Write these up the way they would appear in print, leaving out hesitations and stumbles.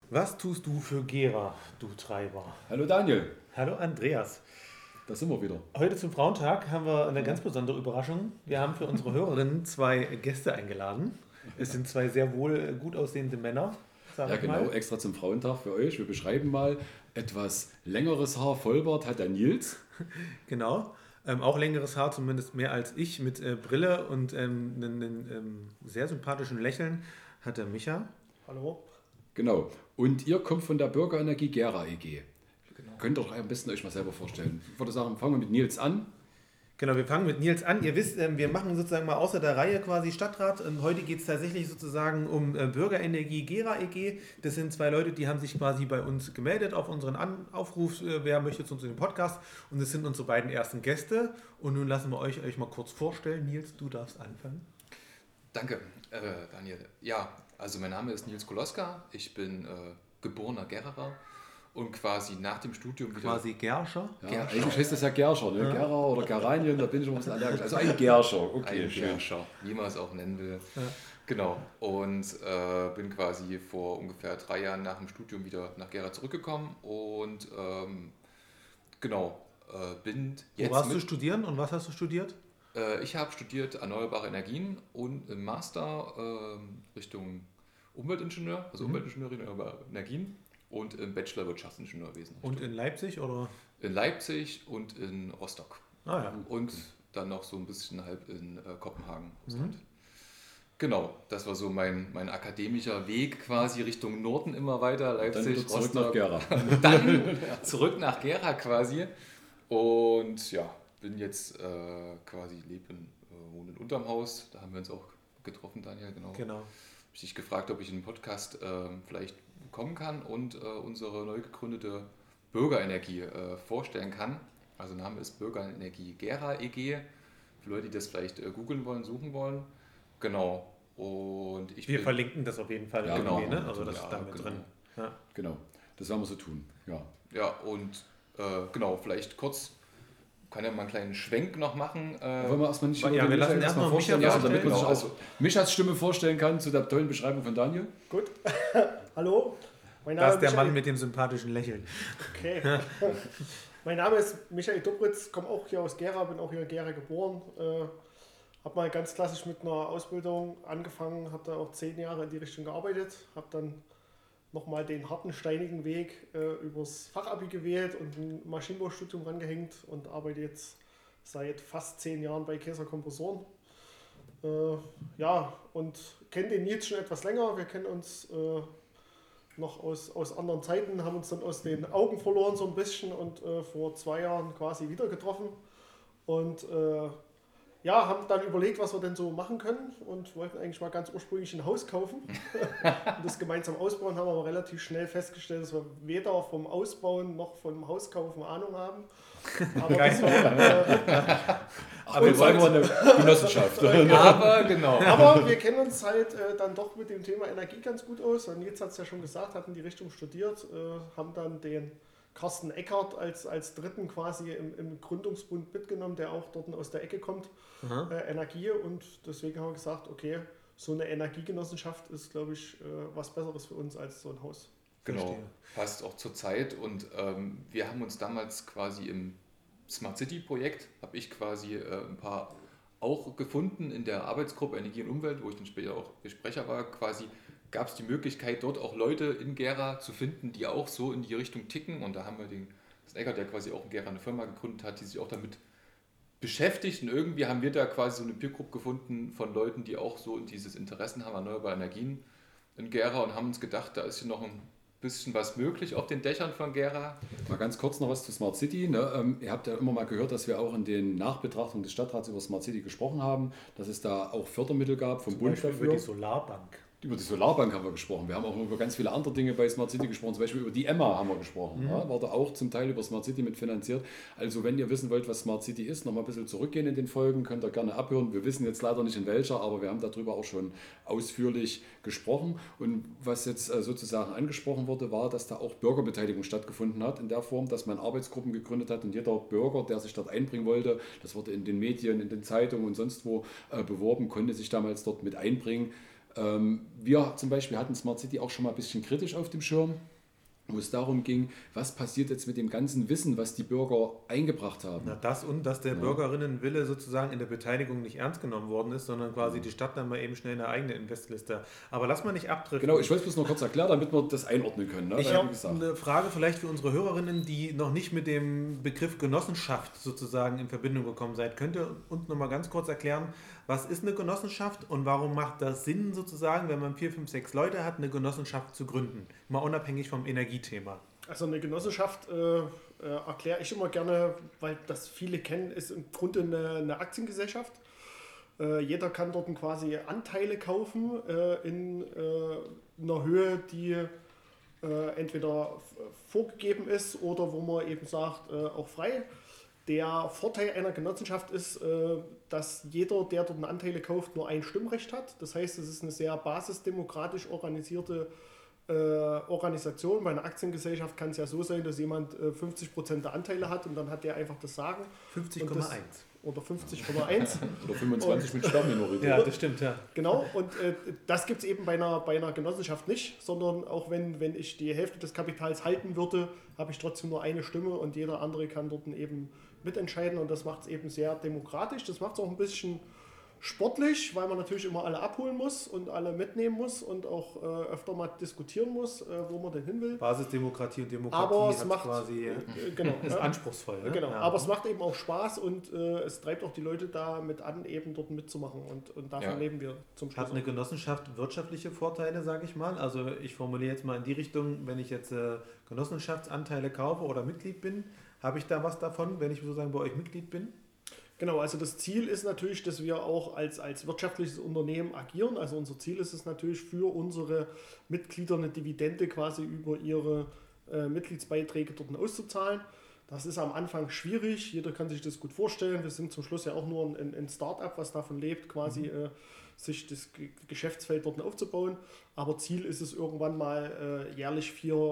Was tust du für Gera, du Treiber? Hallo Daniel, Hallo Andreas. da sind wir wieder. Heute zum Frauentag haben wir eine ganz besondere Überraschung. Wir haben für unsere Hörerinnen zwei Gäste eingeladen. Es sind zwei sehr wohl gut aussehende Männer, sage Ja ich genau, mal. extra zum Frauentag für euch. Wir beschreiben mal, etwas längeres Haar, Vollbart hat der Nils. Genau. Auch längeres Haar, zumindest mehr als ich, mit Brille und einem sehr sympathischen Lächeln hat der Micha. Hallo. Genau. Und ihr kommt von der Bürgerenergie Gera EG. Genau. Könnt ihr euch am besten euch mal selber vorstellen. Ich würde sagen, fangen wir mit Nils an. Genau, wir fangen mit Nils an. Ihr wisst, wir machen sozusagen mal außer der Reihe quasi Stadtrat. Heute geht es tatsächlich sozusagen um Bürgerenergie Gera EG. Das sind zwei Leute, die haben sich quasi bei uns gemeldet auf unseren Aufruf, wer möchte zu uns in den Podcast. Und das sind unsere beiden ersten Gäste. Und nun lassen wir euch mal kurz vorstellen. Nils, du darfst anfangen. Danke, Daniel. Ja, also mein Name ist Nils Koloska. Ich bin geborener Gererer und quasi nach dem Studium wieder... Quasi Gerscher. Ja, eigentlich heißt das ja Gerscher, ne? Gera oder Geranien, da bin ich schon ein bisschen allergisch. Also ein Gerscher, okay, ein schön. Gerscher, wie man es auch nennen will. Ja. Genau, und bin quasi vor ungefähr 3 Jahren nach dem Studium wieder nach Gera zurückgekommen und bin jetzt Wo warst du studieren und was hast du studiert? Ich habe studiert Erneuerbare Energien und im Master Richtung Umweltingenieur, also Umweltingenieurin Erneuerbare Energien und im Bachelor Wirtschaftsingenieurwesen. Und in Leipzig oder? In Leipzig und in Rostock. Ah ja. Und dann noch so ein bisschen halb in Kopenhagen. Genau, das war so mein akademischer Weg quasi Richtung Norden immer weiter, Leipzig, Dann zurück Rostock. nach Gera. Dann zurück nach Gera quasi. Und ja, bin jetzt wohne in unterm Haus. Da haben wir uns auch getroffen, Daniel, genau. Genau. Habe ich dich gefragt, ob ich in den Podcast vielleicht kommen kann und unsere neu gegründete Bürgerenergie vorstellen kann. Also Name ist Bürgerenergie Gera EG. Für Leute, die das vielleicht googeln wollen, suchen wollen. Genau. Und Wir verlinken das auf jeden Fall Ja, irgendwie, genau. ne? Also das ist da mit genau. drin. Ja. Genau, das werden wir so tun. Ja. Ja, und genau, vielleicht kurz, kann ja mal einen kleinen Schwenk noch machen. Wollen wir erstmal nicht Ja, über wir den lassen Michael erstmal vorstellen Micha lassen, damit man sich vorstellen. auch Michas Stimme vorstellen kann zu der tollen Beschreibung von Daniel? Gut, hallo. Mein Das ist der Michael. Mann mit dem sympathischen Lächeln. Okay. Mein Name ist Michael Dobritz, komme auch hier aus Gera, bin auch hier in Gera geboren. Habe mal ganz klassisch mit einer Ausbildung angefangen, habe da auch 10 Jahre in die Richtung gearbeitet, habe dann nochmal den harten, steinigen Weg übers Fachabi gewählt und ein Maschinenbaustudium rangehängt und arbeite jetzt seit fast 10 Jahren bei Käser Kompressoren. Ja, und kenne den Nils schon etwas länger. Wir kennen uns noch aus anderen Zeiten, haben uns dann aus den Augen verloren so ein bisschen und vor 2 Jahren quasi wieder getroffen. Und ja, haben dann überlegt, was wir denn so machen können und wollten eigentlich mal ganz ursprünglich ein Haus kaufen und das gemeinsam ausbauen, haben aber relativ schnell festgestellt, dass wir weder vom Ausbauen noch vom Hauskaufen Ahnung haben. Aber, das war, Aber jetzt sagen wir eine Genossenschaft. Aber genau. aber wir kennen uns halt dann doch mit dem Thema Energie ganz gut aus. Und jetzt hat es ja schon gesagt, hatten die Richtung studiert, haben dann den Carsten Eckert als Dritten quasi im Gründungsbund mitgenommen, der auch dort aus der Ecke kommt, Energie. Und deswegen haben wir gesagt, okay, so eine Energiegenossenschaft ist, glaube ich, was Besseres für uns als so ein Haus. Genau, Verstehe. passt auch zur Zeit und wir haben uns damals quasi im Smart City Projekt, habe ich quasi ein paar auch gefunden in der Arbeitsgruppe Energie und Umwelt, wo ich dann später auch Sprecher war, quasi gab es die Möglichkeit dort auch Leute in Gera zu finden, die auch so in die Richtung ticken und da haben wir den Eckert, der quasi auch in Gera eine Firma gegründet hat, die sich auch damit beschäftigt und irgendwie haben wir da quasi so eine Peergroup gefunden von Leuten, die auch so dieses Interessen haben, erneuerbare Energien in Gera und haben uns gedacht, da ist hier noch ein bisschen was möglich auf den Dächern von Gera. Mal ganz kurz noch was zu Smart City. Ne? Ihr habt ja immer mal gehört, dass wir auch in den Nachbetrachtungen des Stadtrats über Smart City gesprochen haben, dass es da auch Fördermittel gab vom Bund Beispiel dafür. über die Solarbank. Über die Solarbank haben wir gesprochen. Wir haben auch über ganz viele andere Dinge bei Smart City gesprochen. Zum Beispiel über die Emma haben wir gesprochen. Ja, war da auch zum Teil über Smart City mitfinanziert. Also wenn ihr wissen wollt, was Smart City ist, nochmal ein bisschen zurückgehen in den Folgen, könnt ihr gerne abhören. Wir wissen jetzt leider nicht in welcher, aber wir haben darüber auch schon ausführlich gesprochen. Und was jetzt sozusagen angesprochen wurde, war, dass da auch Bürgerbeteiligung stattgefunden hat, in der Form, dass man Arbeitsgruppen gegründet hat und jeder Bürger, der sich dort einbringen wollte, das wurde in den Medien, in den Zeitungen und sonst wo beworben, konnte sich damals dort mit einbringen. Wir zum Beispiel hatten Smart City auch schon mal ein bisschen kritisch auf dem Schirm, wo es darum ging, was passiert jetzt mit dem ganzen Wissen, was die Bürger eingebracht haben. Na das und, dass der Bürgerinnenwille sozusagen in der Beteiligung nicht ernst genommen worden ist, sondern quasi die Stadt dann mal eben schnell eine eigene Investliste. Aber lass mal nicht abdriften. Genau, ich wollte es bloß noch kurz erklären, damit wir das einordnen können. Ne? Ich Weil, wie habe gesagt, eine Frage vielleicht für unsere Hörerinnen, die noch nicht mit dem Begriff Genossenschaft sozusagen in Verbindung gekommen seid. Könnt ihr uns noch mal ganz kurz erklären, was ist eine Genossenschaft und warum macht das Sinn sozusagen, wenn man 4, 5, 6 Leute hat, eine Genossenschaft zu gründen? Mal unabhängig vom Energiethema. Also eine Genossenschaft erkläre ich immer gerne, weil das viele kennen, ist im Grunde eine Aktiengesellschaft. Jeder kann dort quasi Anteile kaufen in einer Höhe, die entweder vorgegeben ist oder wo man eben sagt, auch frei. Der Vorteil einer Genossenschaft ist, dass jeder, der dort Anteile kauft, nur ein Stimmrecht hat. Das heißt, es ist eine sehr basisdemokratisch organisierte Organisation. Bei einer Aktiengesellschaft kann es ja so sein, dass jemand 50% der Anteile hat und dann hat der einfach das Sagen. 50,1. Oder 50,1. oder 25 mit Sperrminorität. Ja, das stimmt, ja. Genau, und das gibt es eben bei einer Genossenschaft nicht, sondern auch wenn ich die Hälfte des Kapitals halten würde, habe ich trotzdem nur eine Stimme und jeder andere kann dort eben mitentscheiden und das macht es eben sehr demokratisch. Das macht es auch ein bisschen sportlich, weil man natürlich immer alle abholen muss und alle mitnehmen muss und auch öfter mal diskutieren muss, wo man denn hin will. Basisdemokratie und Demokratie Aber es hat macht quasi genau, ist anspruchsvoll. Ne? Genau, Ja. aber es macht eben auch Spaß und es treibt auch die Leute damit an, eben dort mitzumachen und davon leben wir zum Schluss. Hat eine Genossenschaft wirtschaftliche Vorteile, sage ich mal? Also ich formuliere jetzt mal in die Richtung, wenn ich jetzt Genossenschaftsanteile kaufe oder Mitglied bin, habe ich da was davon, wenn ich sozusagen bei euch Mitglied bin? Genau, also das Ziel ist natürlich, dass wir auch als wirtschaftliches Unternehmen agieren. Also unser Ziel ist es natürlich für unsere Mitglieder eine Dividende quasi über ihre Mitgliedsbeiträge dort auszuzahlen. Das ist am Anfang schwierig, jeder kann sich das gut vorstellen. Wir sind zum Schluss ja auch nur ein Start-up, was davon lebt, quasi sich das Geschäftsfeld dort aufzubauen. Aber Ziel ist es irgendwann mal jährlich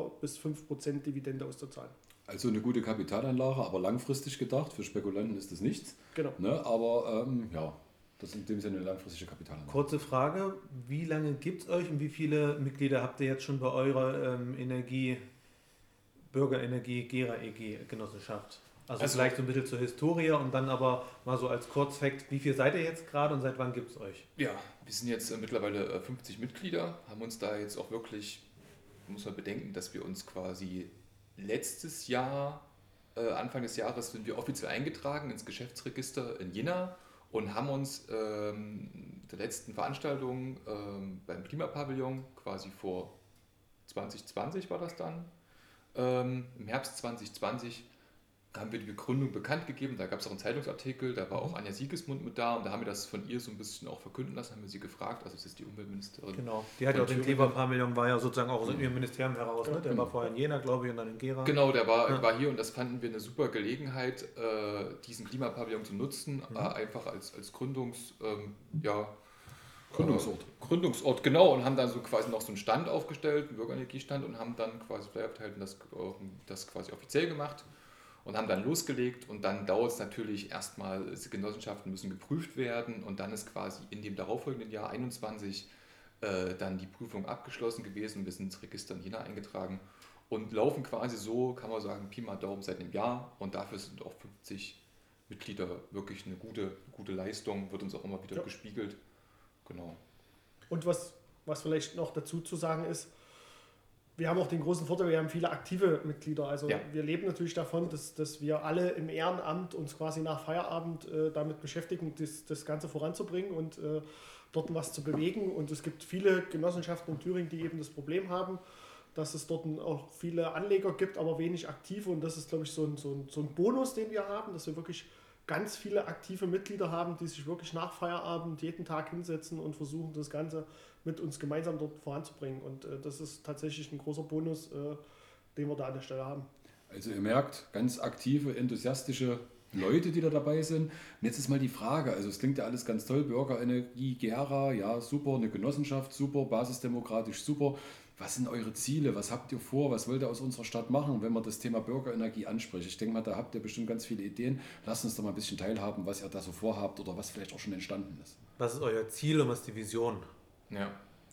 4-5% Dividende auszuzahlen. Also eine gute Kapitalanlage, aber langfristig gedacht. Für Spekulanten ist das nichts. Genau. Ne? Aber das ist in dem Sinne eine langfristige Kapitalanlage. Kurze Frage, wie lange gibt es euch und wie viele Mitglieder habt ihr jetzt schon bei eurer Bürgerenergie Gera EG Genossenschaft? Also vielleicht so ein bisschen zur Historie und dann aber mal so als Kurzfakt, wie viel seid ihr jetzt gerade und seit wann gibt es euch? Ja, wir sind jetzt mittlerweile 50 Mitglieder, haben uns da jetzt auch wirklich, muss man bedenken, dass wir uns quasi letztes Jahr, Anfang des Jahres, sind wir offiziell eingetragen ins Geschäftsregister in Jena und haben uns der letzten Veranstaltung beim Klimapavillon quasi vor 2020 war das dann, im Herbst 2020 haben wir die Begründung bekannt gegeben, da gab es auch einen Zeitungsartikel, da war auch Anja Siegesmund mit da und da haben wir das von ihr so ein bisschen auch verkünden lassen, haben wir sie gefragt, also es ist die Umweltministerin. Genau, die hat ja auch den Klimapavillon, war ja sozusagen auch aus ihrem Ministerium heraus, ne? Der war vorher in Jena, glaube ich, und dann in Gera. Genau, der war hier und das fanden wir eine super Gelegenheit, diesen Klimapavillon zu nutzen, einfach als Gründungsort, genau, und haben dann so quasi noch so einen Stand aufgestellt, einen Bürgerenergiestand und haben dann quasi Flyer verteilt und das quasi offiziell gemacht. Und haben dann losgelegt und dann dauert es natürlich erstmal, Genossenschaften müssen geprüft werden und dann ist quasi in dem darauffolgenden Jahr 21 dann die Prüfung abgeschlossen gewesen. Wir sind ins Register in Jena eingetragen und laufen quasi so, kann man sagen, Pi mal Daumen seit einem Jahr und dafür sind auch 50 Mitglieder wirklich eine gute Leistung, wird uns auch immer wieder gespiegelt. Genau. Und was vielleicht noch dazu zu sagen ist, wir haben auch den großen Vorteil, wir haben viele aktive Mitglieder. Also wir leben natürlich davon, dass wir alle im Ehrenamt uns quasi nach Feierabend damit beschäftigen, das Ganze voranzubringen und dort was zu bewegen. Und es gibt viele Genossenschaften in Thüringen, die eben das Problem haben, dass es dort auch viele Anleger gibt, aber wenig aktive. Und das ist, glaube ich, so ein Bonus, den wir haben, dass wir wirklich ganz viele aktive Mitglieder haben, die sich wirklich nach Feierabend jeden Tag hinsetzen und versuchen, das Ganze mit uns gemeinsam dort voranzubringen. Und das ist tatsächlich ein großer Bonus, den wir da an der Stelle haben. Also ihr merkt, ganz aktive, enthusiastische Leute, die da dabei sind. Und jetzt ist mal die Frage, also es klingt ja alles ganz toll, Bürgerenergie, Gera, ja super, eine Genossenschaft, super, basisdemokratisch, super. Was sind eure Ziele? Was habt ihr vor? Was wollt ihr aus unserer Stadt machen, wenn man das Thema Bürgerenergie anspricht? Ich denke mal, da habt ihr bestimmt ganz viele Ideen. Lasst uns doch mal ein bisschen teilhaben, was ihr da so vorhabt oder was vielleicht auch schon entstanden ist. Was ist euer Ziel und was ist die Vision? Ja,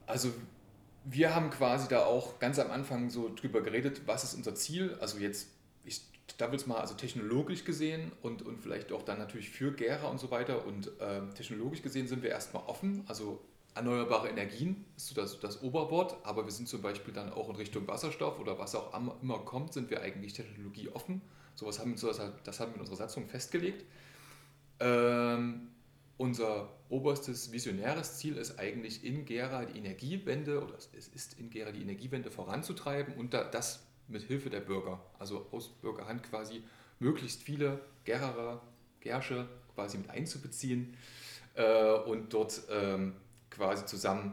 Also wir haben quasi da auch ganz am Anfang so drüber geredet, was ist unser Ziel. Also jetzt, ich stapel es mal, also technologisch gesehen und vielleicht auch dann natürlich für Gera und so weiter. Und technologisch gesehen sind wir erstmal offen. Also erneuerbare Energien ist so das Oberwort, aber wir sind zum Beispiel dann auch in Richtung Wasserstoff oder was auch immer kommt, sind wir eigentlich technologieoffen. Das haben wir in unserer Satzung festgelegt. Unser oberstes visionäres Ziel ist eigentlich in Gera die Energiewende, oder es ist in Gera die Energiewende voranzutreiben und das mit Hilfe der Bürger, also aus Bürgerhand quasi möglichst viele Geraer, Gersche quasi mit einzubeziehen und dort quasi zusammen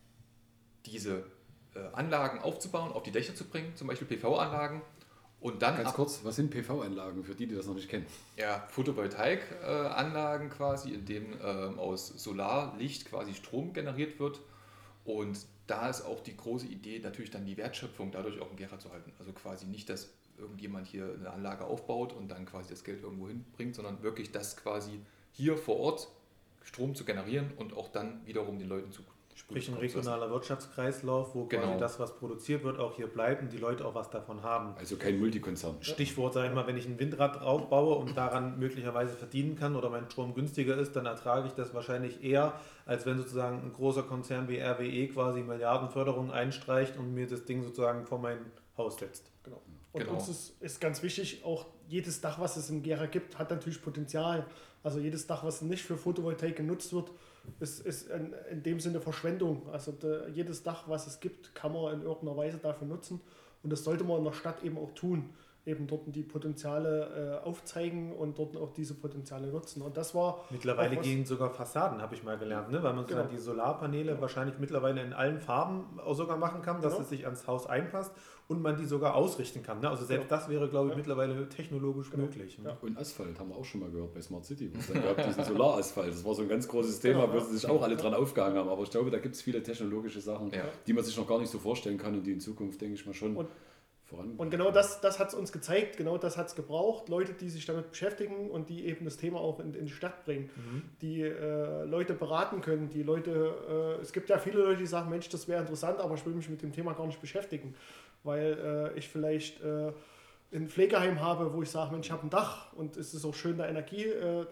diese Anlagen aufzubauen, auf die Dächer zu bringen, zum Beispiel PV-Anlagen. Und dann Ganz kurz, was sind PV-Anlagen für die das noch nicht kennen? Ja, Photovoltaikanlagen quasi, in denen aus Solarlicht quasi Strom generiert wird. Und da ist auch die große Idee, natürlich dann die Wertschöpfung dadurch auch in Gera zu halten. Also quasi nicht, dass irgendjemand hier eine Anlage aufbaut und dann quasi das Geld irgendwo hinbringt, sondern wirklich das quasi hier vor Ort Strom zu generieren und auch dann wiederum den Leuten zu Sprich ein regionaler Wirtschaftskreislauf, wo quasi das, was produziert wird, auch hier bleibt und die Leute auch was davon haben. Also kein Multikonzern. Stichwort, sage ich mal, wenn ich ein Windrad draufbaue und daran möglicherweise verdienen kann oder mein Strom günstiger ist, dann ertrage ich das wahrscheinlich eher, als wenn sozusagen ein großer Konzern wie RWE quasi Milliardenförderungen einstreicht und mir das Ding sozusagen vor mein Haus setzt. Genau. Und uns ist ganz wichtig, auch jedes Dach, was es in Gera gibt, hat natürlich Potenzial. Also jedes Dach, was nicht für Photovoltaik genutzt wird, ist in dem Sinne Verschwendung. Also jedes Dach, was es gibt, kann man in irgendeiner Weise dafür nutzen. Und das sollte man in der Stadt eben auch tun. Eben dort die Potenziale aufzeigen und dort auch diese Potenziale nutzen. Und das war mittlerweile gehen sogar Fassaden, habe ich mal gelernt, ne? Weil man die Solarpaneele wahrscheinlich mittlerweile in allen Farben auch sogar machen kann, dass es sich ans Haus einpasst und man die sogar ausrichten kann. Ne? Also selbst das wäre, glaube ich, mittlerweile technologisch möglich. Ne? Ja. Und Asphalt haben wir auch schon mal gehört bei Smart City. Dann gab diesen Solarasphalt. Das war so ein ganz großes Thema, wo sich auch alle dran aufgehangen haben. Aber ich glaube, da gibt es viele technologische Sachen, die man sich noch gar nicht so vorstellen kann und die in Zukunft, denke ich mal, schon vorangehen. Und genau das hat es uns gezeigt, genau das hat es gebraucht. Leute, die sich damit beschäftigen und die eben das Thema auch in die Stadt bringen, die Leute beraten können, die Leute, es gibt ja viele Leute, die sagen, Mensch, das wäre interessant, aber ich will mich mit dem Thema gar nicht beschäftigen, weil ich vielleicht ein Pflegeheim habe, wo ich sage, Mensch, ich habe ein Dach und es ist auch schön, da Energie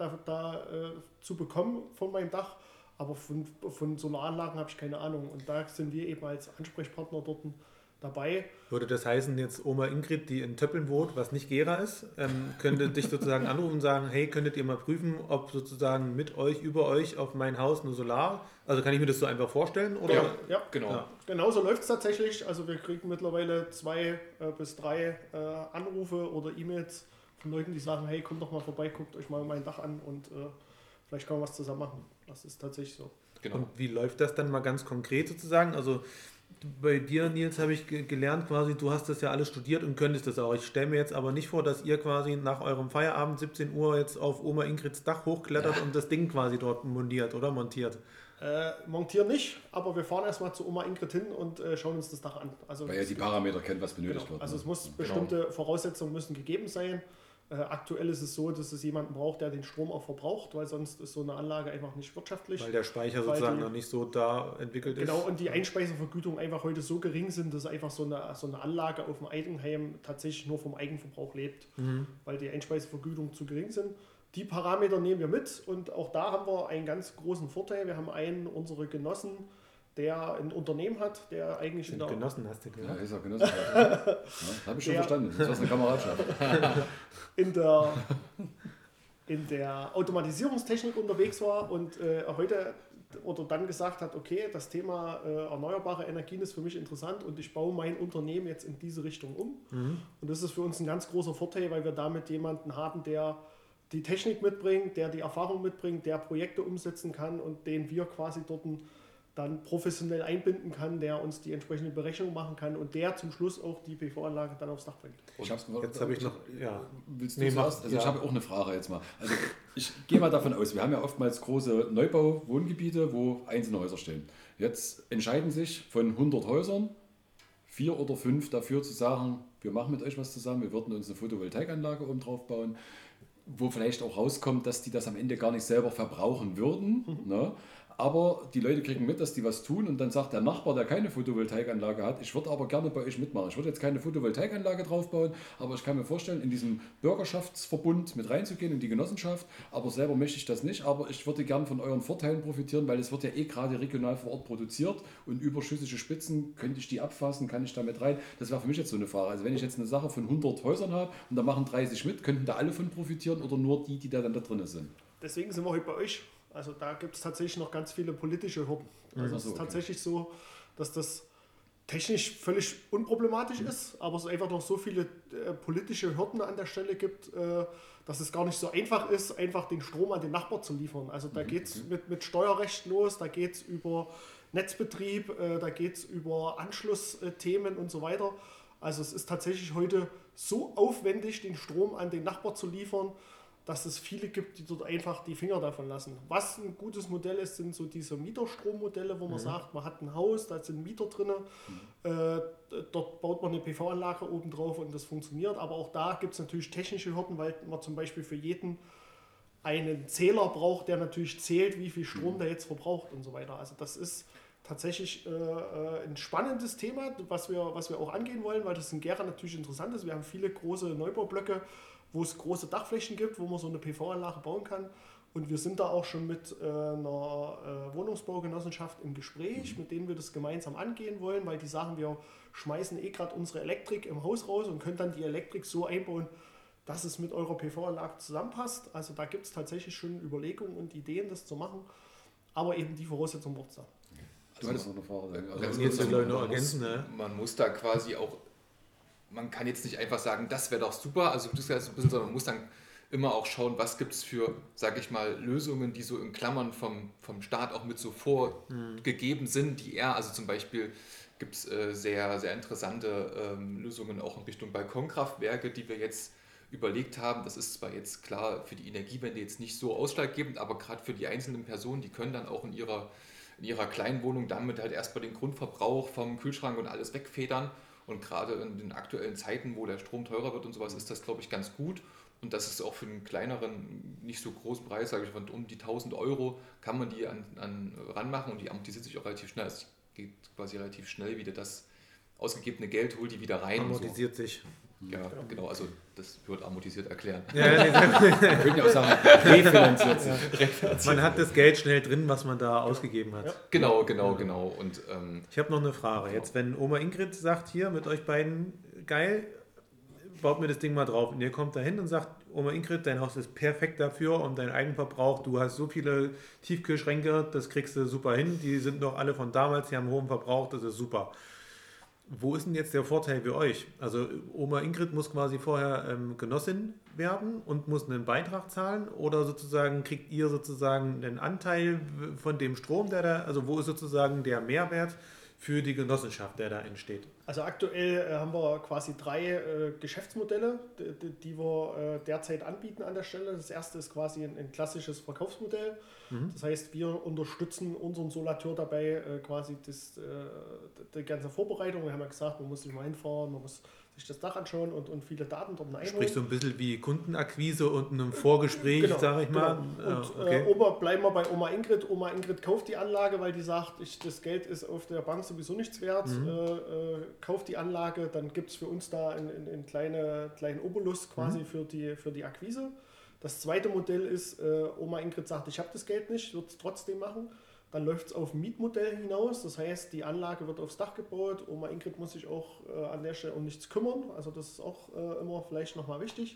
zu bekommen von meinem Dach, aber von Solaranlagen habe ich keine Ahnung. Und da sind wir eben als Ansprechpartner dort dabei. Würde das heißen, jetzt Oma Ingrid, die in Töppeln wohnt, was nicht Gera ist, könnte dich sozusagen anrufen und sagen, hey, könntet ihr mal prüfen, ob sozusagen mit euch, über euch auf mein Haus eine Solar, also kann ich mir das so einfach vorstellen? Oder? Ja, genau. Ja. Genau so läuft es tatsächlich. Also wir kriegen mittlerweile 2 bis 3 Anrufe oder E-Mails von Leuten, die sagen, hey, kommt doch mal vorbei, guckt euch mal mein Dach an und vielleicht können wir was zusammen machen. Das ist tatsächlich so. Genau. Und wie läuft das dann mal ganz konkret sozusagen? Also bei dir, Nils, habe ich gelernt quasi, du hast das ja alles studiert und könntest das auch. Ich stelle mir jetzt aber nicht vor, dass ihr quasi nach eurem Feierabend 17 Uhr jetzt auf Oma Ingrids Dach hochklettert und das Ding quasi dort montiert. Montieren nicht, aber wir fahren erstmal zu Oma Ingrid hin und schauen uns das Dach an. Also weil ihr die Parameter kennt, was benötigt wird. Also es muss bestimmte Voraussetzungen müssen gegeben sein. Aktuell ist es so, dass es jemanden braucht, der den Strom auch verbraucht, weil sonst ist so eine Anlage einfach nicht wirtschaftlich. Weil der Speicher sozusagen noch nicht so da entwickelt ist. Genau, und die Einspeisevergütung einfach heute so gering sind, dass einfach so eine Anlage auf dem Eigenheim tatsächlich nur vom Eigenverbrauch lebt, weil die Einspeisevergütung zu gering sind. Die Parameter nehmen wir mit und auch da haben wir einen ganz großen Vorteil. Wir haben einen unserer Genossen, der ein Unternehmen hat, der eigentlich Genossen hast du gesagt. Ja, ist auch Genossen. Ja, habe ich schon verstanden. Das ist eine Kameradschaft. in der Automatisierungstechnik unterwegs war und heute oder dann gesagt hat, okay, das Thema erneuerbare Energien ist für mich interessant und ich baue mein Unternehmen jetzt in diese Richtung um. Und das ist für uns ein ganz großer Vorteil, weil wir damit jemanden haben, der die Technik mitbringt, der die Erfahrung mitbringt, der Projekte umsetzen kann und den wir quasi dort dann professionell einbinden kann, der uns die entsprechende Berechnung machen kann und der zum Schluss auch die PV-Anlage dann aufs Dach bringt. Jetzt habe ich noch, willst du zuerst? Also ich habe auch eine Frage jetzt mal. Also ich gehe mal davon aus, wir haben ja oftmals große Neubau-Wohngebiete, wo einzelne Häuser stehen. Jetzt entscheiden sich von 100 Häusern 4 oder 5 dafür zu sagen, wir machen mit euch was zusammen, wir würden uns eine Photovoltaikanlage oben drauf bauen, wo vielleicht auch rauskommt, dass die das am Ende gar nicht selber verbrauchen würden, ne? aber die Leute kriegen mit, dass die was tun und dann sagt der Nachbar, der keine Photovoltaikanlage hat, ich würde aber gerne bei euch mitmachen. Ich würde jetzt keine Photovoltaikanlage draufbauen, aber ich kann mir vorstellen, in diesem Bürgerschaftsverbund mit reinzugehen, in die Genossenschaft, aber selber möchte ich das nicht, aber ich würde gern von euren Vorteilen profitieren, weil es wird ja gerade regional vor Ort produziert und überschüssige Spitzen, könnte ich die abfassen, kann ich damit rein? Das wäre für mich jetzt so eine Frage. Also wenn ich jetzt eine Sache von 100 Häusern habe und da machen 30 mit, könnten da alle von profitieren oder nur die da dann da drin sind? Deswegen sind wir heute bei euch. Also da gibt es tatsächlich noch ganz viele politische Hürden. Also es ist tatsächlich so, dass das technisch völlig unproblematisch ist, aber es einfach noch so viele politische Hürden an der Stelle gibt, dass es gar nicht so einfach ist, einfach den Strom an den Nachbar zu liefern. Also da geht es mit Steuerrecht los, da geht es über Netzbetrieb, da geht es über Anschlussthemen und so weiter. Also es ist tatsächlich heute so aufwendig, den Strom an den Nachbar zu liefern, dass es viele gibt, die dort einfach die Finger davon lassen. Was ein gutes Modell ist, sind so diese Mieterstrommodelle, wo man sagt, man hat ein Haus, da sind Mieter drin, dort baut man eine PV-Anlage oben drauf und das funktioniert. Aber auch da gibt es natürlich technische Hürden, weil man zum Beispiel für jeden einen Zähler braucht, der natürlich zählt, wie viel Strom der jetzt verbraucht und so weiter. Also das ist tatsächlich ein spannendes Thema, was wir auch angehen wollen, weil das in Gera natürlich interessant ist. Wir haben viele große Neubaublöcke, wo es große Dachflächen gibt, wo man so eine PV-Anlage bauen kann. Und wir sind da auch schon mit einer Wohnungsbaugenossenschaft im Gespräch, mit denen wir das gemeinsam angehen wollen, weil die sagen, wir schmeißen gerade unsere Elektrik im Haus raus und können dann die Elektrik so einbauen, dass es mit eurer PV-Anlage zusammenpasst. Also da gibt es tatsächlich schon Überlegungen und Ideen, das zu machen, aber eben die Voraussetzung braucht es da. Du hattest noch eine Frage. Man muss da quasi auch, man kann jetzt nicht einfach sagen, das wäre doch super, also das ist ein bisschen, sondern man muss dann immer auch schauen, was gibt es für, sage ich mal, Lösungen, die so in Klammern vom Staat auch mit so vorgegeben sind, die also zum Beispiel gibt es sehr, sehr interessante Lösungen auch in Richtung Balkonkraftwerke, die wir jetzt überlegt haben. Das ist zwar jetzt klar für die Energiewende jetzt nicht so ausschlaggebend, aber gerade für die einzelnen Personen, die können dann auch in ihrer kleinen Wohnung damit halt erstmal den Grundverbrauch vom Kühlschrank und alles wegfedern. Und gerade in den aktuellen Zeiten, wo der Strom teurer wird und sowas, ist das, glaube ich, ganz gut. Und das ist auch für einen kleineren, nicht so großen Preis, sage ich mal, um die 1.000 Euro kann man die ranmachen und die amortisiert sich auch relativ schnell. Es geht quasi relativ schnell wieder das ausgegebene Geld, holt die wieder rein. Amortisiert sich. Ja, genau, also das wird amortisiert erklären. Ja, Wir können ja auch sagen, refinanziert sich. man hat das Geld schnell drin, was man da ausgegeben hat. Ja. Genau. Und, ich habe noch eine Frage. Genau. Jetzt, wenn Oma Ingrid sagt, hier mit euch beiden, geil, baut mir das Ding mal drauf. Und ihr kommt da hin und sagt, Oma Ingrid, dein Haus ist perfekt dafür und dein Eigenverbrauch, du hast so viele Tiefkühlschränke, das kriegst du super hin. Die sind noch alle von damals, die haben hohen Verbrauch, das ist super. Wo ist denn jetzt der Vorteil für euch? Also Oma Ingrid muss quasi vorher Genossin werden und muss einen Beitrag zahlen oder sozusagen kriegt ihr sozusagen einen Anteil von dem Strom, der da, also wo ist sozusagen der Mehrwert für die Genossenschaft, der da entsteht? Also aktuell haben wir quasi 3 Geschäftsmodelle, die wir derzeit anbieten an der Stelle. Das erste ist quasi ein klassisches Verkaufsmodell. Das heißt, wir unterstützen unseren Solateur dabei quasi die ganze Vorbereitung. Wir haben ja gesagt, man muss sich mal hinfahren, man muss sich das Dach anschauen und viele Daten dort einholen. Sprich so ein bisschen wie Kundenakquise und einem Vorgespräch, sage ich mal. Und Okay. bleiben wir bei Oma Ingrid. Oma Ingrid kauft die Anlage, weil die sagt, das Geld ist auf der Bank sowieso nichts wert. Kauft die Anlage, dann gibt es für uns da einen kleinen Obolus quasi für die Akquise. Das zweite Modell ist, Oma Ingrid sagt, ich habe das Geld nicht, wird es trotzdem machen. Dann läuft es auf ein Mietmodell hinaus, das heißt, die Anlage wird aufs Dach gebaut. Oma Ingrid muss sich auch an der Stelle um nichts kümmern, also das ist auch immer vielleicht nochmal wichtig.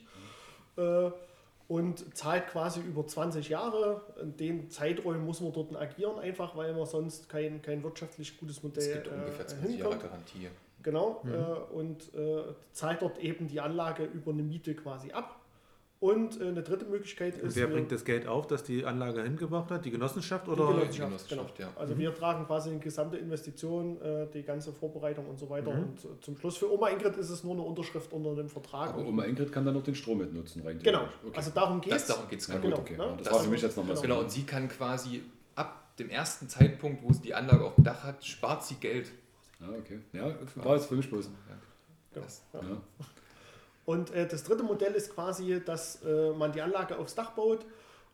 Und zahlt quasi über 20 Jahre. In den Zeiträumen muss man dort agieren, einfach weil man sonst kein wirtschaftlich gutes Modell es gibt ungefähr 20 Jahre Garantie. Genau, und zahlt dort eben die Anlage über eine Miete quasi ab. Und eine dritte Möglichkeit ist... Wer bringt das Geld auf, dass die Anlage hingebracht hat? Die Genossenschaft? Oder? Die Genossenschaft, genau. Ja. Also wir tragen quasi die gesamte Investition, die ganze Vorbereitung und so weiter. Und zum Schluss für Oma Ingrid ist es nur eine Unterschrift unter dem Vertrag. Aber Oma Ingrid kann dann noch den Strom mitnutzen, rein. Genau, okay. also darum geht es. Darum geht es, Ja, genau. gut, okay. Ne? Das war für mich jetzt nochmal Genau, und sie kann quasi ab dem ersten Zeitpunkt, wo sie die Anlage auf dem Dach hat, spart sie Geld. Ja, okay. Ja, war jetzt für mich bloß. Genau. Ja. Und das dritte Modell ist quasi, dass man die Anlage aufs Dach baut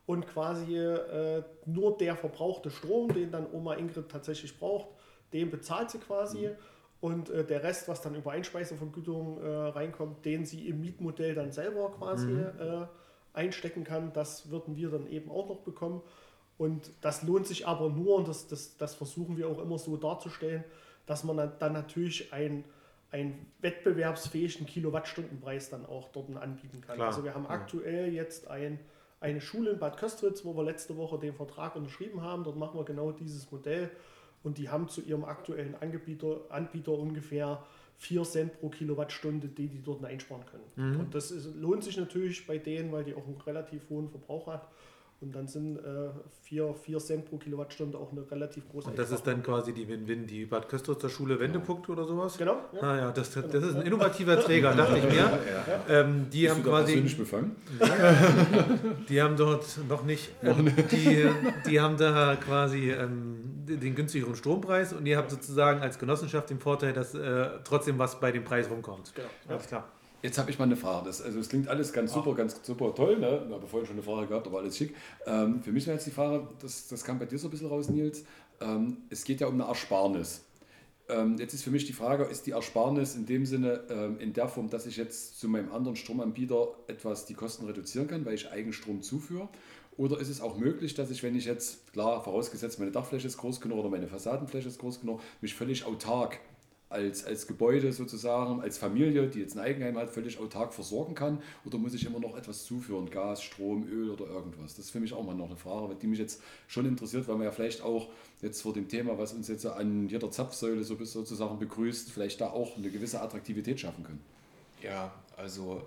und quasi nur der verbrauchte Strom, den dann Oma Ingrid tatsächlich braucht, den bezahlt sie quasi. Und der Rest, was dann über Einspeisevergütung reinkommt, den sie im Mietmodell dann selber quasi einstecken kann, das würden wir dann eben auch noch bekommen. Und das lohnt sich aber nur, und das versuchen wir auch immer so darzustellen, dass man dann natürlich einen wettbewerbsfähigen Kilowattstundenpreis dann auch dort anbieten kann. Klar. Also wir haben aktuell jetzt eine Schule in Bad Köstritz, wo wir letzte Woche den Vertrag unterschrieben haben. Dort machen wir genau dieses Modell. Und die haben zu ihrem aktuellen Anbieter ungefähr 4 Cent pro Kilowattstunde, die dort einsparen können. Und das lohnt sich natürlich bei denen, weil die auch einen relativ hohen Verbrauch hat. Und dann sind 4 Cent pro Kilowattstunde auch eine relativ große Und das ist dann quasi die Win-Win, die Bad Köstritzer Schule Wendepunkt oder sowas? Genau. Ja. Ah ja, das ist ein innovativer Träger, dachte ich mir. Die haben quasi persönlich befangen? Die haben dort noch nicht, die haben da quasi den günstigeren Strompreis und ihr habt sozusagen als Genossenschaft den Vorteil, dass trotzdem was bei dem Preis rumkommt. Genau. Alles klar. Jetzt habe ich mal eine Frage. Es klingt alles ganz super toll. Ne? Ich habe vorhin schon eine Frage gehabt, aber alles schick. Für mich wäre jetzt die Frage, das kam bei dir so ein bisschen raus, Nils. Es geht ja um eine Ersparnis. Jetzt ist für mich die Frage, ist die Ersparnis in dem Sinne in der Form, dass ich jetzt zu meinem anderen Stromanbieter etwas die Kosten reduzieren kann, weil ich Eigenstrom zuführe? Oder ist es auch möglich, dass ich, wenn ich jetzt, klar, vorausgesetzt meine Dachfläche ist groß genug oder meine Fassadenfläche ist groß genug, mich völlig autark als Gebäude sozusagen, als Familie, die jetzt ein Eigenheim hat, völlig autark versorgen kann? Oder muss ich immer noch etwas zuführen, Gas, Strom, Öl oder irgendwas? Das ist für mich auch mal noch eine Frage, die mich jetzt schon interessiert, weil man ja vielleicht auch jetzt vor dem Thema, was uns jetzt an jeder Zapfsäule sozusagen begrüßt, vielleicht da auch eine gewisse Attraktivität schaffen können. Ja, also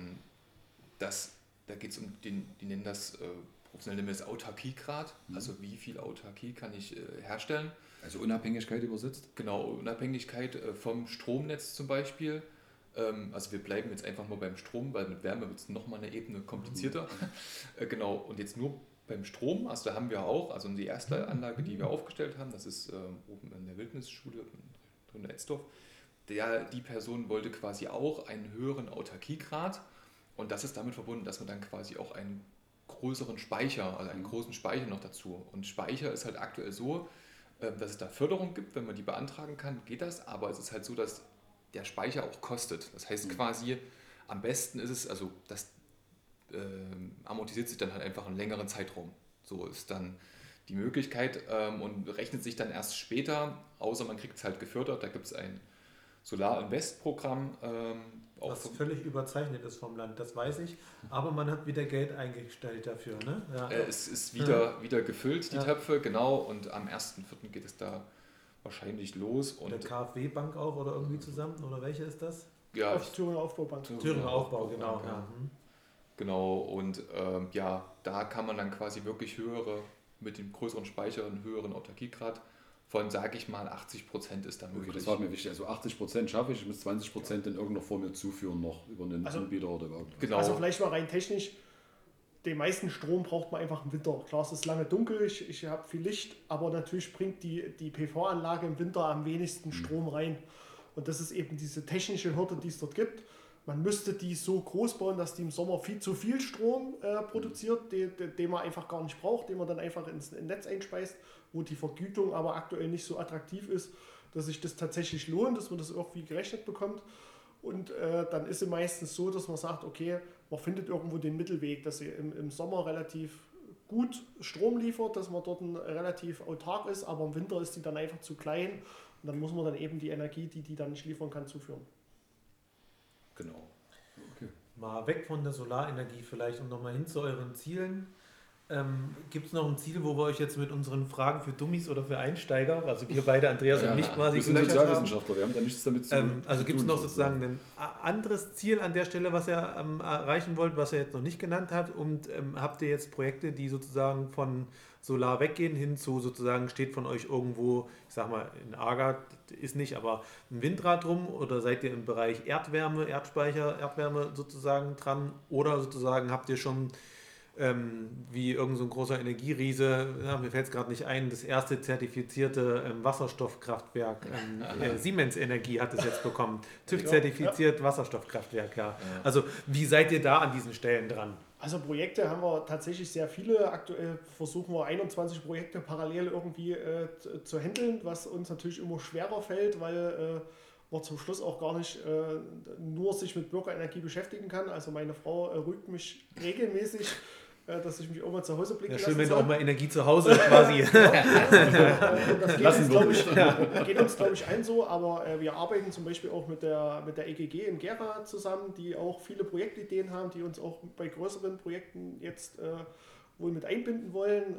da geht es um die nennen das professionell nennen wir das Autarkiegrad, also wie viel Autarkie kann ich herstellen. Also Unabhängigkeit übersetzt? Genau, Unabhängigkeit vom Stromnetz zum Beispiel. Also wir bleiben jetzt einfach mal beim Strom, weil mit Wärme wird es nochmal eine Ebene komplizierter. Genau, und jetzt nur beim Strom, also da haben wir auch, also die erste Anlage, die wir aufgestellt haben, das ist oben in der Wildnisschule in Etzdorf, die Person wollte quasi auch einen höheren Autarkiegrad und das ist damit verbunden, dass man dann quasi auch einen größeren Speicher, also einen großen Speicher noch dazu. Und Speicher ist halt aktuell so, dass es da Förderung gibt, wenn man die beantragen kann, geht das, aber es ist halt so, dass der Speicher auch kostet. Das heißt quasi, am besten ist es, also das amortisiert sich dann halt einfach einen längeren Zeitraum. So ist dann die Möglichkeit und rechnet sich dann erst später, außer man kriegt es halt gefördert, da gibt es ein Solar-Invest-Programm. Was völlig überzeichnet ist vom Land, das weiß ich, aber man hat wieder Geld eingestellt dafür, ne? Ja. Es ist wieder gefüllt, die Töpfe, genau, und am 1.4. geht es da wahrscheinlich los. Und der KfW-Bank auch oder irgendwie zusammen, oder welche ist das? ja, Thüringer Aufbaubank. Thüringer Aufbau, genau. Ja. Ja. Genau, und da kann man dann quasi wirklich mit dem größeren Speicher einen höheren Autarkiegrad von, sage ich mal, 80% ist da möglich. Okay, das war mir wichtig. Also 80% schaffe ich muss 20% in irgendeiner Form mir zuführen noch über einen Anbieter oder irgendwas. Genau. Also vielleicht mal rein technisch, den meisten Strom braucht man einfach im Winter. Klar, es ist lange dunkel, ich habe viel Licht, aber natürlich bringt die PV-Anlage im Winter am wenigsten Strom rein. Und das ist eben diese technische Hürde, die es dort gibt. Man müsste die so groß bauen, dass die im Sommer viel zu viel Strom produziert, den man einfach gar nicht braucht, den man dann einfach ins Netz einspeist, wo die Vergütung aber aktuell nicht so attraktiv ist, dass sich das tatsächlich lohnt, dass man das irgendwie gerechnet bekommt. Und dann ist es meistens so, dass man sagt, okay, man findet irgendwo den Mittelweg, dass sie im Sommer relativ gut Strom liefert, dass man dort relativ autark ist, aber im Winter ist die dann einfach zu klein und dann muss man dann eben die Energie, die dann nicht liefern kann, zuführen. Genau. Okay. Mal weg von der Solarenergie vielleicht und nochmal hin zu euren Zielen. Gibt es noch ein Ziel, wo wir euch jetzt mit unseren Fragen für Dummies oder für Einsteiger, also wir beide, Andreas und mich quasi wir sind gelöchert haben? Sozialwissenschaftler, wir haben da nichts damit zu tun. Also gibt es noch sozusagen ein anderes Ziel an der Stelle, was ihr erreichen wollt, was ihr jetzt noch nicht genannt habt? Und habt ihr jetzt Projekte, die sozusagen von Solar weggehen hin zu sozusagen, steht von euch irgendwo, ich sag mal in Ager, ist nicht, aber ein Windrad drum, oder seid ihr im Bereich Erdwärme, Erdspeicher, Erdwärme sozusagen dran, oder sozusagen habt ihr schon wie irgend so ein großer Energieriese, mir fällt es gerade nicht ein, das erste zertifizierte Wasserstoffkraftwerk, Siemens Energie hat es jetzt bekommen, TÜV-zertifiziert Wasserstoffkraftwerk, ja. Also wie seid ihr da an diesen Stellen dran? Also Projekte haben wir tatsächlich sehr viele. Aktuell versuchen wir 21 Projekte parallel irgendwie zu handeln, was uns natürlich immer schwerer fällt, weil man zum Schluss auch gar nicht nur sich mit Bürgerenergie beschäftigen kann. Also meine Frau rügt mich regelmäßig, dass ich mich auch mal zu Hause blicken Ja, lassen schön, wenn soll. auch mal Energie zu Hause quasi. Das Lassen wir geht uns, glaube ich, ein so, aber wir arbeiten zum Beispiel auch mit der EGG in Gera zusammen, die auch viele Projektideen haben, die uns auch bei größeren Projekten jetzt wohl mit einbinden wollen,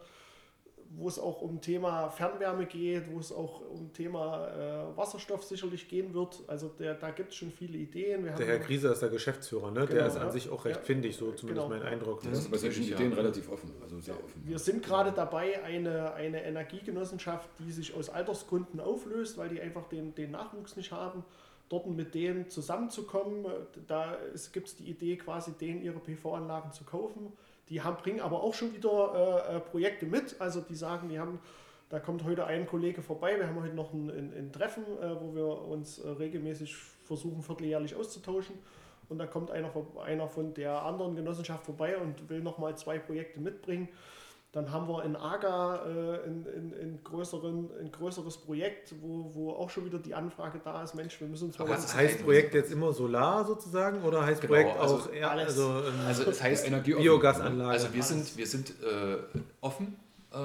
wo es auch um Thema Fernwärme geht, wo es auch um Thema Wasserstoff sicherlich gehen wird. Also da gibt es schon viele Ideen. Der Herr Grieser ist der Geschäftsführer, ne? Genau, der ist an ja. sich auch recht findig, so zumindest mein Eindruck. Das ist bei solchen Ideen relativ offen, also sehr offen. Wir sind gerade dabei, eine Energiegenossenschaft, die sich aus Altersgründen auflöst, weil die einfach den Nachwuchs nicht haben, dort mit denen zusammenzukommen. Da gibt es die Idee, quasi denen ihre PV-Anlagen zu kaufen. Die bringen aber auch schon wieder Projekte mit. Also die sagen, da kommt heute ein Kollege vorbei. Wir haben heute noch ein Treffen, wo wir uns regelmäßig versuchen, vierteljährlich auszutauschen. Und da kommt einer von der anderen Genossenschaft vorbei und will nochmal 2 Projekte mitbringen. Dann haben wir in AGA ein größeres Projekt, wo auch schon wieder die Anfrage da ist, Mensch, wir müssen uns mal... Was heißt Projekt jetzt immer Solar sozusagen oder heißt Projekt also auch eher, also es heißt Biogasanlage? Also wir sind offen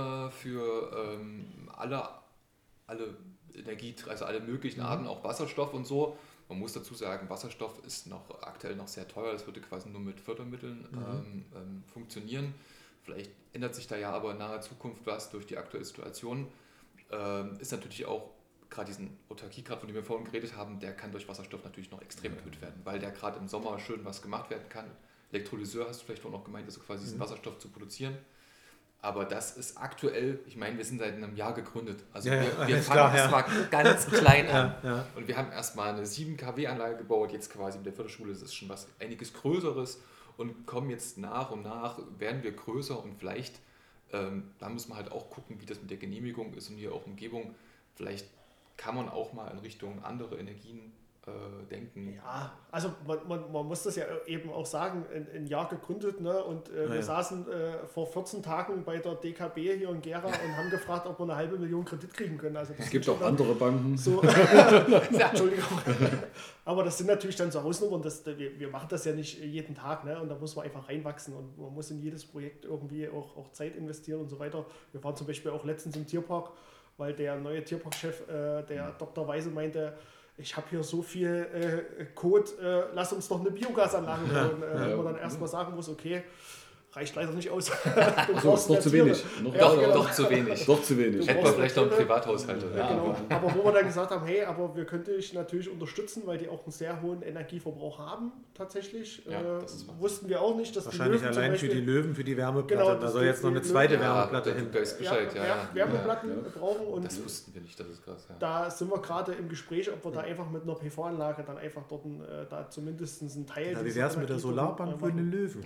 für alle Energie, also alle möglichen Arten, auch Wasserstoff und so. Man muss dazu sagen, Wasserstoff ist aktuell noch sehr teuer, das würde quasi nur mit Fördermitteln funktionieren. Vielleicht ändert sich da ja aber in naher Zukunft was durch die aktuelle Situation. Ist natürlich auch gerade diesen Autarkiegrad, von dem wir vorhin geredet haben, der kann durch Wasserstoff natürlich noch extrem erhöht werden, weil der gerade im Sommer schön was gemacht werden kann. Elektrolyseur hast du vielleicht auch noch gemeint, also quasi diesen Wasserstoff zu produzieren. Aber das ist aktuell, ich meine, wir sind seit einem Jahr gegründet. Also wir fangen erstmal ganz klein an. Ja. Und wir haben erstmal eine 7 kW-Anlage gebaut, jetzt quasi mit der Förderschule, das ist schon was einiges Größeres. Und kommen jetzt nach und nach, werden wir größer und vielleicht, da muss man halt auch gucken, wie das mit der Genehmigung ist und hier auch Umgebung. Vielleicht kann man auch mal in Richtung andere Energien denken. Ja, also man muss das ja eben auch sagen, ein Jahr gegründet, ne? Und wir saßen vor 14 Tagen bei der DKB hier in Gera und haben gefragt, ob wir eine 500.000 Kredit kriegen können. Also es gibt auch andere Banken. So, Entschuldigung. Aber das sind natürlich dann so Hausnummern, wir machen das ja nicht jeden Tag, ne? Und da muss man einfach reinwachsen und man muss in jedes Projekt irgendwie auch Zeit investieren und so weiter. Wir waren zum Beispiel auch letztens im Tierpark, weil der neue Tierparkchef, der Dr. Weise, meinte, ich habe hier so viel Code, lass uns doch eine Biogasanlage bauen. Wo man dann erstmal sagen muss, okay, reicht leider nicht aus. Also ist noch zu wenig. Doch zu wenig. Doch zu wenig. Hätten wir vielleicht noch einen Privathaushalt. Ja, genau. Aber wo wir dann gesagt haben, hey, aber wir könnten dich natürlich unterstützen, weil die auch einen sehr hohen Energieverbrauch haben, tatsächlich. Ja, wussten wir auch nicht, dass wahrscheinlich die Löwen allein für die Löwen, für die Wärmeplatte. Genau, da soll jetzt noch eine zweite Wärmeplatte hin. Wärmeplatten brauchen. Und das wussten wir nicht, das ist krass. Ja. Da sind wir gerade im Gespräch, ob wir da einfach mit einer PV-Anlage dann einfach dort da zumindest einen Teil... Ja, wie wäre es mit der Solarbank für den Löwen?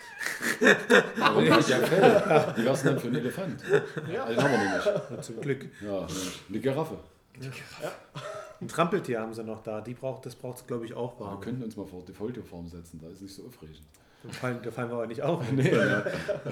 Aber die hat ja Fell. Wie wäre es denn für einen Elefant? Ja. Den haben wir nämlich. Ja, zum Glück. Ja, eine Giraffe. Ja. Ein Trampeltier haben sie noch da. Das braucht es, glaube ich, auch warm. Wir könnten uns mal vor die Default-Form setzen, da ist nicht so aufregend. Da fallen wir aber nicht auf. Nee, ja.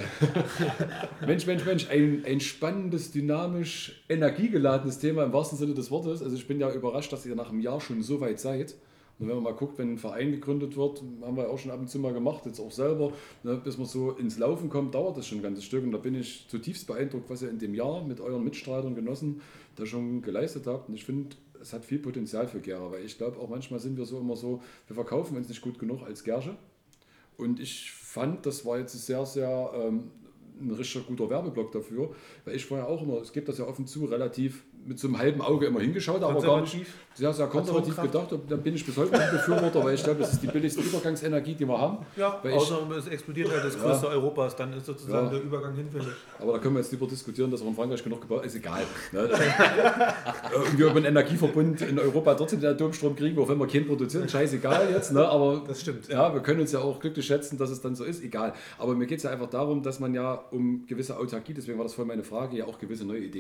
Mensch, ein spannendes, dynamisch, energiegeladenes Thema im wahrsten Sinne des Wortes. Also ich bin ja überrascht, dass ihr nach einem Jahr schon so weit seid. Und wenn man mal guckt, wenn ein Verein gegründet wird, haben wir auch schon ab und zu mal gemacht, jetzt auch selber, ne, bis man so ins Laufen kommt, dauert das schon ein ganzes Stück. Und da bin ich zutiefst beeindruckt, was ihr in dem Jahr mit euren Mitstreitern, Genossen da schon geleistet habt. Und ich finde, es hat viel Potenzial für Gera, weil ich glaube, auch manchmal sind wir so immer so, wir verkaufen uns nicht gut genug als Gersche. Und ich fand, das war jetzt sehr, sehr ein richtig guter Werbeblock dafür, weil ich vorher auch immer, es gibt das ja offen zu, relativ mit so einem halben Auge immer hingeschaut, aber gar nicht sehr, sehr konservativ gedacht. Und dann bin ich bis heute noch Befürworter, weil ich glaube, das ist die billigste Übergangsenergie, die wir haben. Ja, außer es explodiert halt das größte Europas, dann ist sozusagen der Übergang hinfällig. Aber da können wir jetzt lieber diskutieren, dass wir in Frankreich genug gebaut ist egal. Ne? Irgendwie über einen Energieverbund in Europa trotzdem den Atomstrom kriegen, auch wenn wir keinen produzieren, scheißegal jetzt. Ne? Aber das stimmt. Ja, wir können uns ja auch glücklich schätzen, dass es dann so ist, egal. Aber mir geht es ja einfach darum, dass man ja um gewisse Autarkie, deswegen war das vorhin meine Frage, ja auch gewisse neue Ideen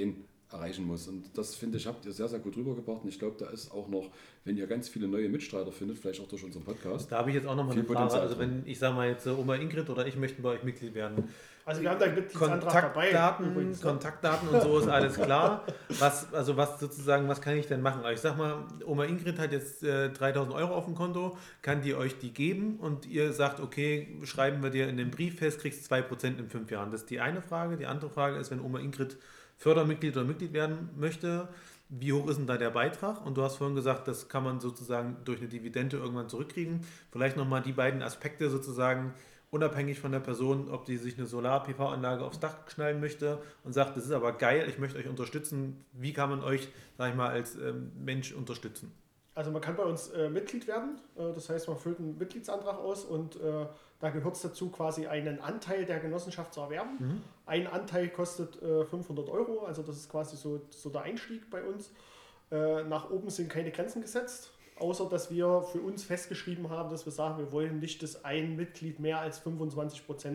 erreichen muss. Und das, finde ich, habt ihr sehr, sehr gut rübergebracht. Und ich glaube, da ist auch noch, wenn ihr ganz viele neue Mitstreiter findet, vielleicht auch durch unseren Podcast. Da habe ich jetzt auch nochmal Viel eine Frage. Potenzial Also drin. wenn ich sage mal jetzt Oma Ingrid oder ich möchten bei euch Mitglied werden. Also wir haben da einen Mitgliedsantrag dabei. Übrigens, ne? Kontaktdaten und so ist alles klar. Was kann ich denn machen? Also ich sag mal, Oma Ingrid hat jetzt 3.000 Euro auf dem Konto, kann die euch die geben und ihr sagt, okay, schreiben wir dir in den Brief fest, kriegst 2% in 5 Jahren. Das ist die eine Frage. Die andere Frage ist, wenn Oma Ingrid Fördermitglied oder Mitglied werden möchte, wie hoch ist denn da der Beitrag? Und du hast vorhin gesagt, das kann man sozusagen durch eine Dividende irgendwann zurückkriegen. Vielleicht nochmal die beiden Aspekte sozusagen, unabhängig von der Person, ob die sich eine Solar-PV-Anlage aufs Dach schnallen möchte und sagt, das ist aber geil, ich möchte euch unterstützen. Wie kann man euch, sag ich mal, als Mensch unterstützen? Also man kann bei uns Mitglied werden, das heißt, man füllt einen Mitgliedsantrag aus und da gehört es dazu, quasi einen Anteil der Genossenschaft zu erwerben. Mhm. Ein Anteil kostet 500 Euro, also das ist quasi so der Einstieg bei uns. Nach oben sind keine Grenzen gesetzt, außer dass wir für uns festgeschrieben haben, dass wir sagen, wir wollen nicht, dass ein Mitglied mehr als 25%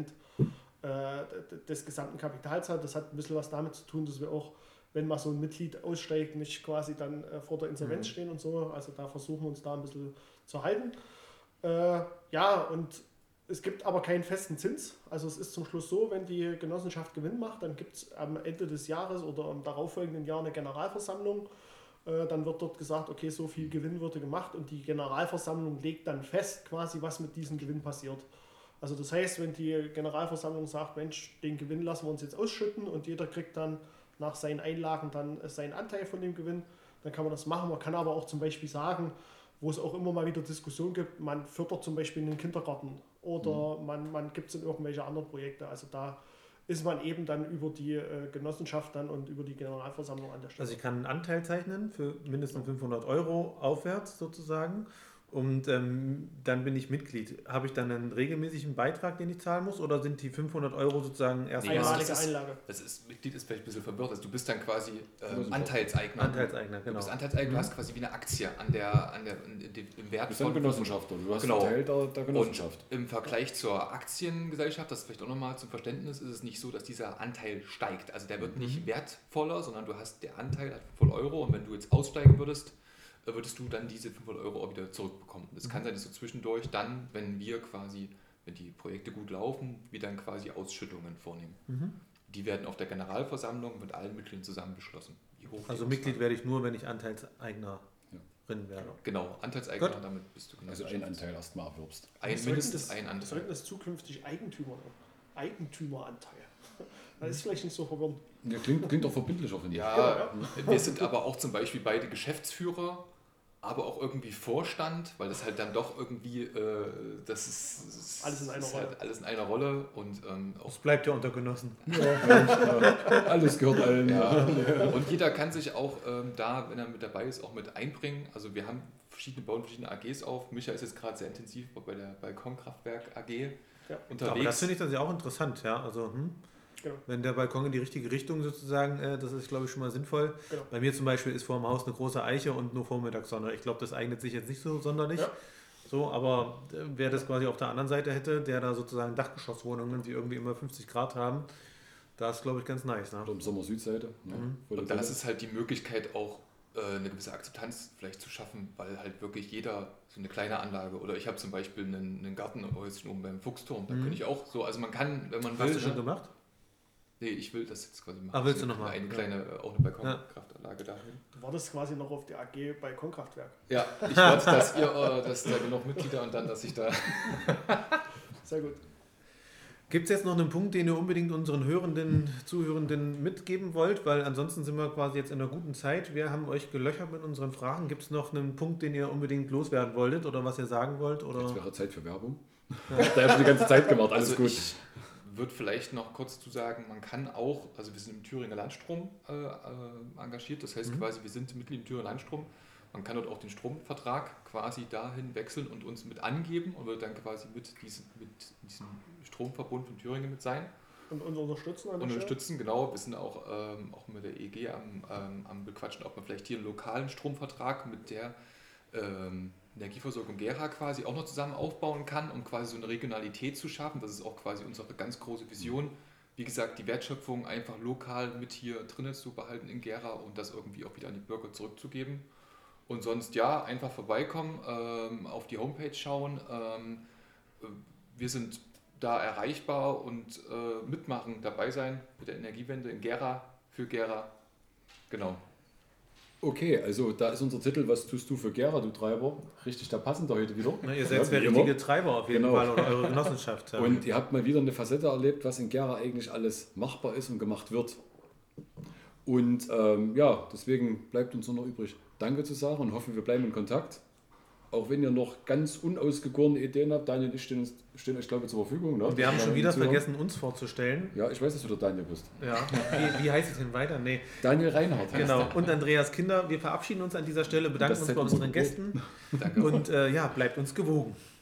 des gesamten Kapitals hat. Das hat ein bisschen was damit zu tun, dass wir auch, wenn mal so ein Mitglied aussteigt, nicht quasi dann vor der Insolvenz stehen und so. Also da versuchen wir uns da ein bisschen zu halten. Ja, und es gibt aber keinen festen Zins. Also es ist zum Schluss so, wenn die Genossenschaft Gewinn macht, dann gibt es am Ende des Jahres oder im darauffolgenden Jahr eine Generalversammlung. Dann wird dort gesagt, okay, so viel Gewinn wurde gemacht und die Generalversammlung legt dann fest, quasi, was mit diesem Gewinn passiert. Also das heißt, wenn die Generalversammlung sagt, Mensch, den Gewinn lassen wir uns jetzt ausschütten und jeder kriegt dann nach seinen Einlagen dann seinen Anteil von dem Gewinn, dann kann man das machen. Man kann aber auch zum Beispiel sagen, wo es auch immer mal wieder Diskussionen gibt, man fördert zum Beispiel einen Kindergarten oder man gibt es in irgendwelche anderen Projekte. Also da ist man eben dann über die Genossenschaft dann und über die Generalversammlung an der Stelle. Also ich kann einen Anteil zeichnen für mindestens 500 Euro aufwärts sozusagen und dann bin ich Mitglied. Habe ich dann einen regelmäßigen Beitrag, den ich zahlen muss oder sind die 500 Euro sozusagen erst einmalige Einlage? Mitglied ist vielleicht ein bisschen verwirrt. Also du bist dann quasi Anteilseigner. Anteilseigner, genau. Du bist Anteilseigner, du hast quasi wie eine Aktie im Wert Du bist ein Genossenschafter, du hast Genau. einen Teil der Genossenschaft. Und im Vergleich zur Aktiengesellschaft, das vielleicht auch nochmal zum Verständnis, ist es nicht so, dass dieser Anteil steigt. Also der wird nicht wertvoller, sondern du hast der Anteil hat 500 Euro und wenn du jetzt aussteigen würdest du dann diese 500 Euro auch wieder zurückbekommen. Das kann sein, dass du zwischendurch dann, wenn die Projekte gut laufen, wir dann quasi Ausschüttungen vornehmen. Die werden auf der Generalversammlung mit allen Mitgliedern zusammen beschlossen. Also Mitglied werde ich nur, wenn ich Anteilseigner werde. Genau, Anteilseigner, Gut. damit bist du Also einen Anteil erstmal erwirbst. Mindestens ein Wir Anteil. sollten das zukünftig Eigentümeranteil. Das ist vielleicht nicht so verwirrend. Ja, klingt doch verbindlicher, finde ich. Ja, wir sind aber auch zum Beispiel beide Geschäftsführer, aber auch irgendwie Vorstand, weil das halt dann doch irgendwie, das ist Alles in einer Rolle. Halt alles in einer Rolle und auch Das bleibt ja unter Genossen. Alles gehört allen. ja. Und jeder kann sich auch da, wenn er mit dabei ist, auch mit einbringen. Also wir haben bauen verschiedene AGs auf. Micha ist jetzt gerade sehr intensiv bei der Balkonkraftwerk AG unterwegs. Aber das finde ich dann ja auch interessant, ja. Also Genau. wenn der Balkon in die richtige Richtung sozusagen, das ist glaube ich schon mal sinnvoll. Genau. Bei mir zum Beispiel ist vor dem Haus eine große Eiche und nur Vormittagssonne. Ich glaube, das eignet sich jetzt nicht so sonderlich. Ja. So, aber wer das quasi auf der anderen Seite hätte, der da sozusagen Dachgeschosswohnungen, die irgendwie immer 50 Grad haben, da ist glaube ich ganz nice. Ne? Oder im Sommer Südseite. Und da ist es halt die Möglichkeit auch eine gewisse Akzeptanz vielleicht zu schaffen, weil halt wirklich jeder so eine kleine Anlage oder ich habe zum Beispiel einen Gartenhäuschen oben beim Fuchsturm, da könnte ich auch so, also man kann, wenn man will. Hast du schon gemacht? Nee, ich will das jetzt quasi machen. Ah, willst du noch mal? Eine kleine, auch eine Balkonkraftanlage dahin. Du wartest quasi noch auf die AG Balkonkraftwerk. Ja, ich wollte, dass da genug Mitglieder und dann, dass ich da... Sehr gut. Gibt es jetzt noch einen Punkt, den ihr unbedingt unseren Zuhörenden mitgeben wollt? Weil ansonsten sind wir quasi jetzt in einer guten Zeit. Wir haben euch gelöchert mit unseren Fragen. Gibt es noch einen Punkt, den ihr unbedingt loswerden wolltet oder was ihr sagen wollt? Oder? Jetzt wäre Zeit für Werbung. Da hast du die ganze Zeit gemacht, alles Also gut. ich würde vielleicht noch kurz zu sagen, man kann auch, also wir sind im Thüringer Landstrom engagiert, das heißt quasi, wir sind Mitglied im Thüringer Landstrom. Man kann dort auch den Stromvertrag quasi dahin wechseln und uns mit angeben und wird dann quasi mit diesem Stromverbund von Thüringen mit sein. Und uns unterstützen an der Und Stelle. unterstützen, genau. Wir sind auch mit der EG am Bequatschen, ob man vielleicht hier einen lokalen Stromvertrag mit der Energieversorgung Gera quasi auch noch zusammen aufbauen kann, um quasi so eine Regionalität zu schaffen. Das ist auch quasi unsere ganz große Vision, wie gesagt, die Wertschöpfung einfach lokal mit hier drinnen zu behalten in Gera und das irgendwie auch wieder an die Bürger zurückzugeben. Und sonst ja, einfach vorbeikommen, auf die Homepage schauen. Wir sind da erreichbar und mitmachen, dabei sein mit der Energiewende in Gera, für Gera. Genau. Okay, also da ist unser Titel, was tust du für Gera, du Treiber? Richtig, da passend heute wieder. Na, ihr seid zwei richtige Treiber auf jeden Fall oder eure Genossenschaft. Ja. Und ihr habt mal wieder eine Facette erlebt, was in Gera eigentlich alles machbar ist und gemacht wird. Und ja, deswegen bleibt uns nur noch übrig, Danke zu sagen und hoffen, wir bleiben in Kontakt. Auch wenn ihr noch ganz unausgegorene Ideen habt, Daniel und ich stehen euch, glaube ich, zur Verfügung. Ne? Und wir haben schon wieder vergessen, uns vorzustellen. Ja, ich weiß, dass du der Daniel bist. Ja, wie heißt es denn weiter? Nee. Daniel Reinhardt heißt Genau, er. und Andreas Kinder. Wir verabschieden uns an dieser Stelle, bedanken uns bei unseren Gästen. Danke. Und ja, bleibt uns gewogen.